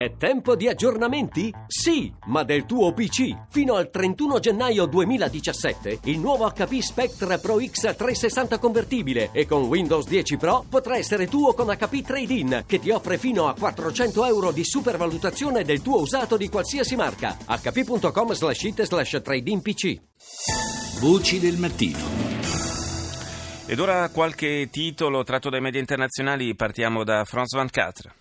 È tempo di aggiornamenti? Sì, ma del tuo PC. Fino al 31 gennaio 2017 il nuovo HP Spectre Pro X 360 convertibile e con Windows 10 Pro potrà essere tuo con HP Trade-in, che ti offre fino a 400 euro di supervalutazione del tuo usato di qualsiasi marca. hp.com/it/trade-in PC. Voci del mattino. Ed ora qualche titolo tratto dai media internazionali. Partiamo da France 24.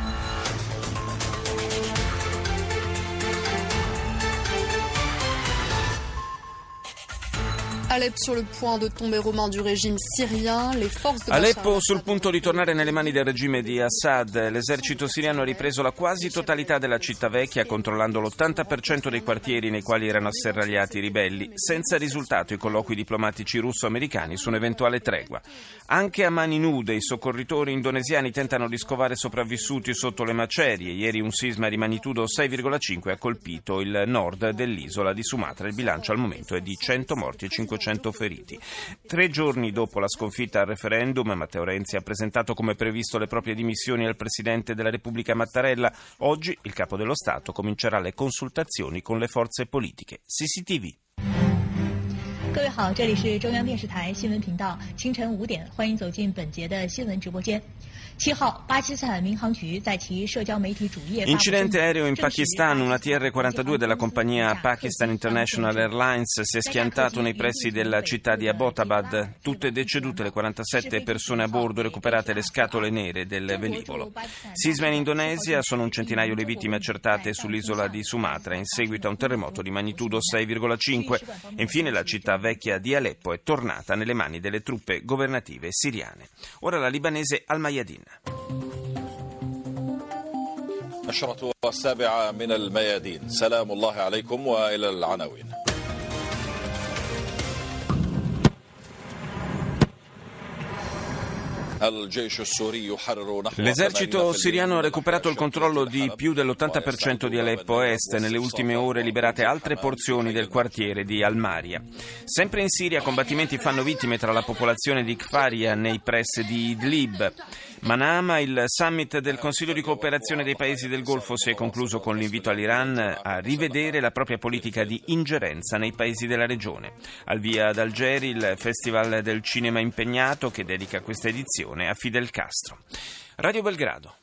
Aleppo sul punto di tornare nelle mani del regime di Assad. L'esercito siriano ha ripreso la quasi totalità della città vecchia, controllando l'80% dei quartieri nei quali erano asserragliati i ribelli. Senza risultato i colloqui diplomatici russo-americani su un'eventuale tregua. Anche a mani nude i soccorritori indonesiani tentano di scovare sopravvissuti sotto le macerie. Ieri un sisma di magnitudo 6,5 ha colpito il nord dell'isola di Sumatra. Il bilancio al momento è di 100 morti e 500 feriti. 3 giorni dopo la sconfitta al referendum, Matteo Renzi ha presentato come previsto le proprie dimissioni al Presidente della Repubblica Mattarella. Oggi il Capo dello Stato comincerà le consultazioni con le forze politiche. CCTV. 各位好，这里是中央电视台新闻频道，清晨5点，欢迎走进本节的新闻直播间。7号，巴基斯坦民航局在其社交媒体主页 Incidente aereo in Pakistan. Una TR-42 della compagnia Pakistan International Airlines si è schiantato nei pressi della città di Abbottabad. Tutte decedute le 47 persone a bordo, recuperate le scatole nere del velivolo. Sisma in Indonesia, sono un centinaio le vittime accertate sull'isola di Sumatra in seguito a un terremoto di magnitudo 6,5. E infine la città vecchia di Aleppo è tornata nelle mani delle truppe governative siriane. Ora la libanese Al-Mayadin. النشرة 7 من الميادين سلام الله عليكم وإلى العناوين. L'esercito siriano ha recuperato il controllo di più dell'80% di Aleppo Est. Nelle ultime ore liberate altre porzioni del quartiere di Al-Maria. Sempre in Siria combattimenti fanno vittime tra la popolazione di Kfaria nei pressi di Idlib. Manama, il summit del Consiglio di cooperazione dei paesi del Golfo si è concluso con l'invito all'Iran a rivedere la propria politica di ingerenza nei paesi della regione. Al via ad Algeri il Festival del Cinema Impegnato, che dedica questa edizione a Fidel Castro. Radio Belgrado.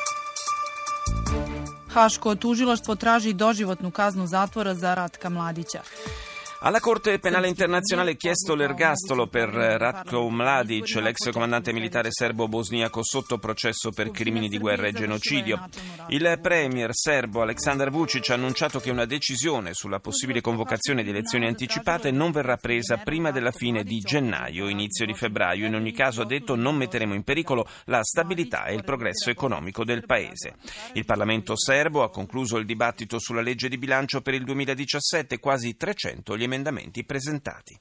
Haško tužilaštvo traži doživotnu kaznu zatvora za Ratka Mladića. Alla Corte Penale Internazionale è chiesto l'ergastolo per Ratko Mladic, l'ex comandante militare serbo-bosniaco sotto processo per crimini di guerra e genocidio. Il premier serbo Aleksandar Vučić ha annunciato che una decisione sulla possibile convocazione di elezioni anticipate non verrà presa prima della fine di gennaio, inizio di febbraio. In ogni caso, ha detto, non metteremo in pericolo la stabilità e il progresso economico del paese. Il Parlamento serbo ha concluso il dibattito sulla legge di bilancio per il 2017, quasi 300 gli emendamenti presentati.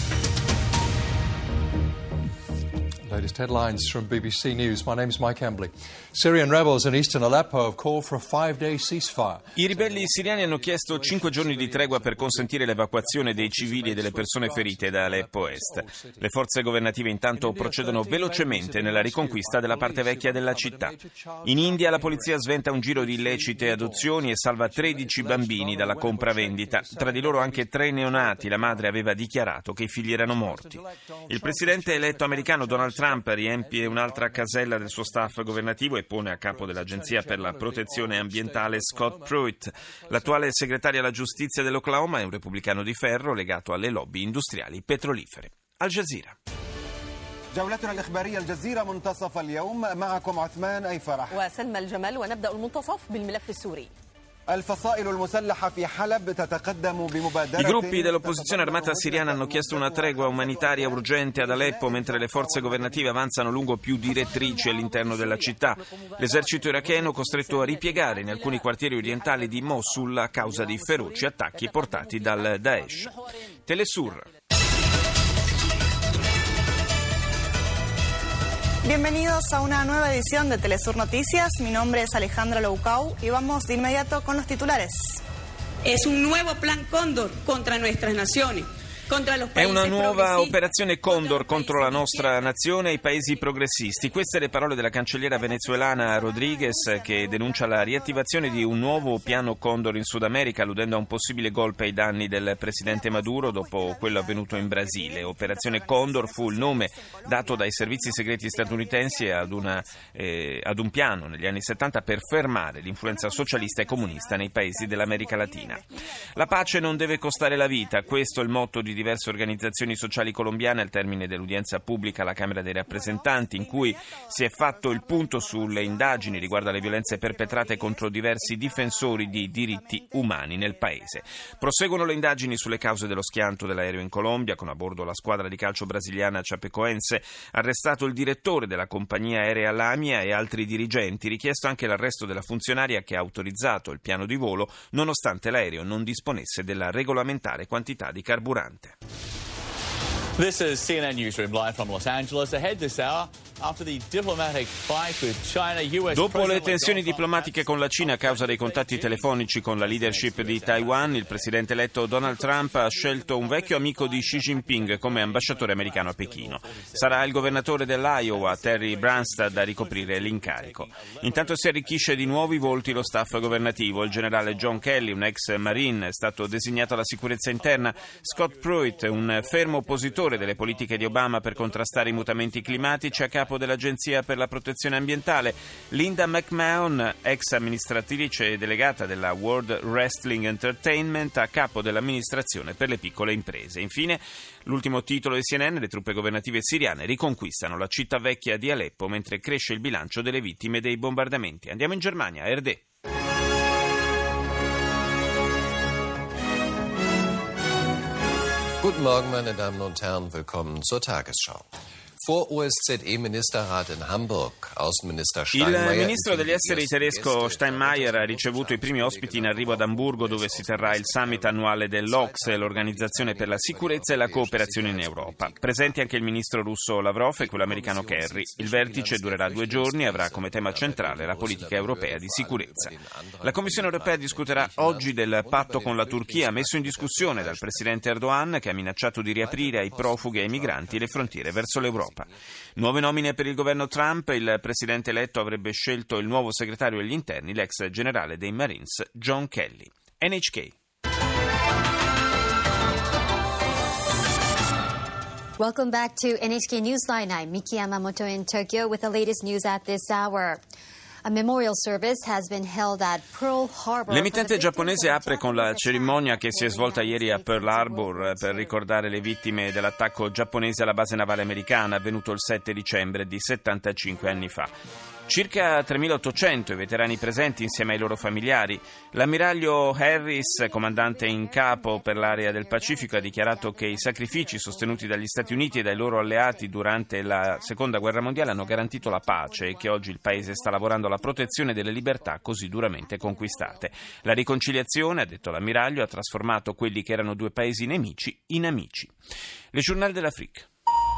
Latest headlines from BBC News. My name is Mike Embley. Syrian rebels in eastern Aleppo have called for a 5-day ceasefire. I ribelli siriani hanno chiesto 5 giorni di tregua per consentire l'evacuazione dei civili e delle persone ferite da Aleppo Est. Le forze governative intanto procedono velocemente nella riconquista della parte vecchia della città. In India la polizia sventa un giro di illecite adozioni e salva 13 bambini dalla compravendita. Tra di loro anche 3 neonati. La madre aveva dichiarato che i figli erano morti. Il presidente eletto americano Donald Trump riempie un'altra casella del suo staff governativo e pone a capo dell'Agenzia per la protezione ambientale Scott Pruitt. L'attuale segretario alla giustizia dell'Oklahoma è un repubblicano di ferro legato alle lobby industriali petrolifere. Al Jazeera. جولتنا الإخبارية الجزيرة منتصف اليوم معكم عثمان أي فرح وسلمى الجمل ونبدأ المنتصف بالملف السوري. I gruppi dell'opposizione armata siriana hanno chiesto una tregua umanitaria urgente ad Aleppo mentre le forze governative avanzano lungo più direttrici all'interno della città. L'esercito iracheno costretto a ripiegare in alcuni quartieri orientali di Mosul a causa di feroci attacchi portati dal Daesh. Telesur. Bienvenidos a una nueva edición de Telesur Noticias. Mi nombre es Alejandra Loucau y vamos de inmediato con los titulares. Es un nuevo plan Cóndor contra nuestras naciones. È una nuova operazione Condor contro la nostra nazione e i paesi progressisti. Queste le parole della cancelliera venezuelana Rodriguez, che denuncia la riattivazione di un nuovo piano Condor in Sud America, alludendo a un possibile golpe ai danni del presidente Maduro dopo quello avvenuto in Brasile. Operazione Condor fu il nome dato dai servizi segreti statunitensi ad un piano negli anni 70 per fermare l'influenza socialista e comunista nei paesi dell'America Latina. La pace non deve costare la vita, questo è il motto di diverse organizzazioni sociali colombiane al termine dell'udienza pubblica alla Camera dei Rappresentanti, in cui si è fatto il punto sulle indagini riguardo alle violenze perpetrate contro diversi difensori di diritti umani nel paese. Proseguono le indagini sulle cause dello schianto dell'aereo in Colombia, con a bordo la squadra di calcio brasiliana Chapecoense, arrestato il direttore della compagnia aerea Lamia e altri dirigenti, richiesto anche l'arresto della funzionaria che ha autorizzato il piano di volo nonostante l'aereo non disponesse della regolamentare quantità di carburante. This is CNN Newsroom live from Los Angeles. Ahead this hour, after the diplomatic fight with China, US Dopo le tensioni diplomatiche con la Cina a causa dei contatti telefonici con la leadership di Taiwan, il presidente eletto Donald Trump ha scelto un vecchio amico di Xi Jinping come ambasciatore americano a Pechino. Sarà il governatore dell'Iowa, Terry Branstad, a ricoprire l'incarico. Intanto si arricchisce di nuovi volti lo staff governativo. Il generale John Kelly, un ex marine, è stato designato alla sicurezza interna. Scott Pruitt, un fermo oppositore delle politiche di Obama per contrastare i mutamenti climatici, a capo dell'Agenzia per la protezione ambientale. Linda McMahon, ex amministratrice e delegata della World Wrestling Entertainment, a capo dell'amministrazione per le piccole imprese. Infine, l'ultimo titolo di CNN: le truppe governative siriane riconquistano la città vecchia di Aleppo mentre cresce il bilancio delle vittime dei bombardamenti. Andiamo in Germania, ARD. Guten Morgen, meine Damen und Herren, willkommen zur Tagesschau. Vor OSZE-Ministerrat in Hamburg, Außenminister Steinmeier. Il ministro degli esteri tedesco Steinmeier ha ricevuto i primi ospiti in arrivo ad Amburgo, dove si terrà il summit annuale dell'OCSE, l'Organizzazione per la sicurezza e la cooperazione in Europa. Presenti anche il ministro russo Lavrov e quello americano Kerry. Il vertice durerà 2 giorni e avrà come tema centrale la politica europea di sicurezza. La Commissione europea discuterà oggi del patto con la Turchia, messo in discussione dal presidente Erdogan, che ha minacciato di riaprire ai profughi e ai migranti le frontiere verso l'Europa. Nuove nomine per il governo Trump. Il presidente eletto avrebbe scelto il nuovo segretario degli interni, l'ex generale dei Marines John Kelly. NHK. Welcome back to NHK Newsline. I'm Miki Yamamoto in Tokyo with the latest news at this hour. L'emittente giapponese apre con la cerimonia che si è svolta ieri a Pearl Harbor per ricordare le vittime dell'attacco giapponese alla base navale americana avvenuto il 7 dicembre di 75 anni fa. Circa 3.800 i veterani presenti insieme ai loro familiari. L'ammiraglio Harris, comandante in capo per l'area del Pacifico, ha dichiarato che i sacrifici sostenuti dagli Stati Uniti e dai loro alleati durante la Seconda Guerra Mondiale hanno garantito la pace e che oggi il paese sta lavorando alla protezione delle libertà così duramente conquistate. La riconciliazione, ha detto l'ammiraglio, ha trasformato quelli che erano 2 paesi nemici in amici. Le Journal de l'Afrique.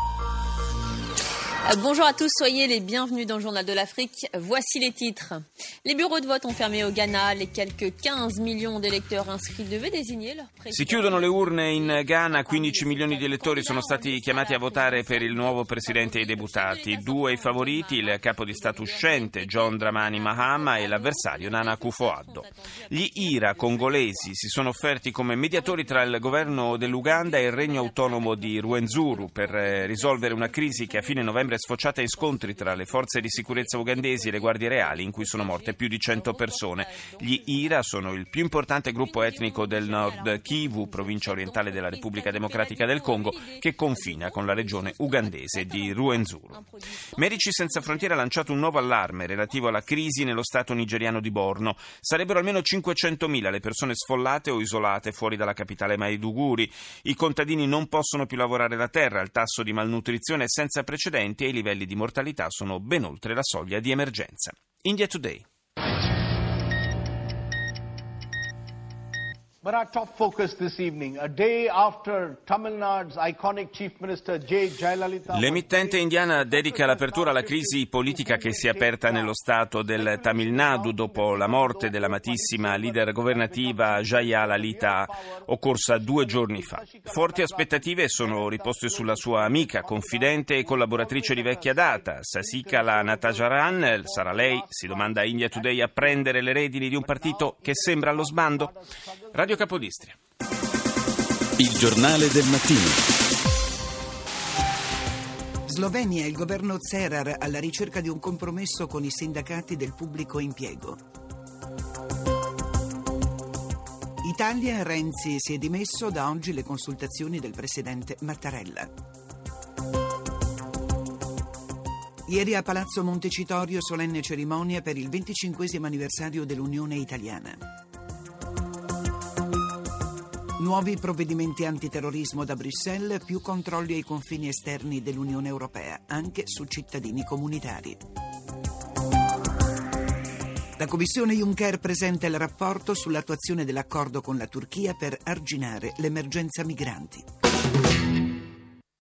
Bonjour à tous, soyez les bienvenus dans le Journal de l'Afrique. Voici les titres. Les bureaux de vote ont fermé au Ghana. Les quelques 15 millions d'électeurs inscrits devaient désigner leur président. Si chiudono le urne in Ghana, 15 milioni di elettori sono stati chiamati a votare per il nuovo presidente e i deputati. 2 i favoriti, il capo di Stato uscente John Dramani Mahama e l'avversario Nana Akufo-Addo. Gli IRA congolesi si sono offerti come mediatori tra il governo dell'Uganda e il regno autonomo di Rwenzuru per risolvere una crisi che a fine novembre è sfociata in scontri tra le forze di sicurezza ugandesi e le guardie reali, in cui sono morte più di 100 persone. Gli IRA sono il più importante gruppo etnico del Nord Kivu, provincia orientale della Repubblica Democratica del Congo, che confina con la regione ugandese di Rwenzuru. Medici Senza Frontiere ha lanciato un nuovo allarme relativo alla crisi nello stato nigeriano di Borno. Sarebbero almeno 500.000 le persone sfollate o isolate fuori dalla capitale Maiduguri. I contadini non possono più lavorare la terra, il tasso di malnutrizione è senza precedenti e i livelli di mortalità sono ben oltre la soglia di emergenza. India Today. But our top focus this evening, a day after Tamil Nadu's iconic Chief Minister J. Jayalalitha... L'emittente indiana dedica l'apertura alla crisi politica che si è aperta nello stato del Tamil Nadu dopo la morte dell'amatissima leader governativa Jayalalitha, occorsa 2 giorni fa. Forti aspettative sono riposte sulla sua amica, confidente e collaboratrice di vecchia data, Sasikala Natarajan. Sarà lei, si domanda India Today, a prendere le redini di un partito che sembra allo sbando? Radio Capodistria. Il giornale del mattino. Slovenia, il governo Cerar alla ricerca di un compromesso con i sindacati del pubblico impiego. Italia, Renzi si è dimesso, da oggi le consultazioni del presidente Mattarella. Ieri a Palazzo Montecitorio solenne cerimonia per il 25° anniversario dell'Unione Italiana. Nuovi provvedimenti antiterrorismo da Bruxelles, più controlli ai confini esterni dell'Unione Europea, anche su cittadini comunitari. La Commissione Juncker presenta il rapporto sull'attuazione dell'accordo con la Turchia per arginare l'emergenza migranti.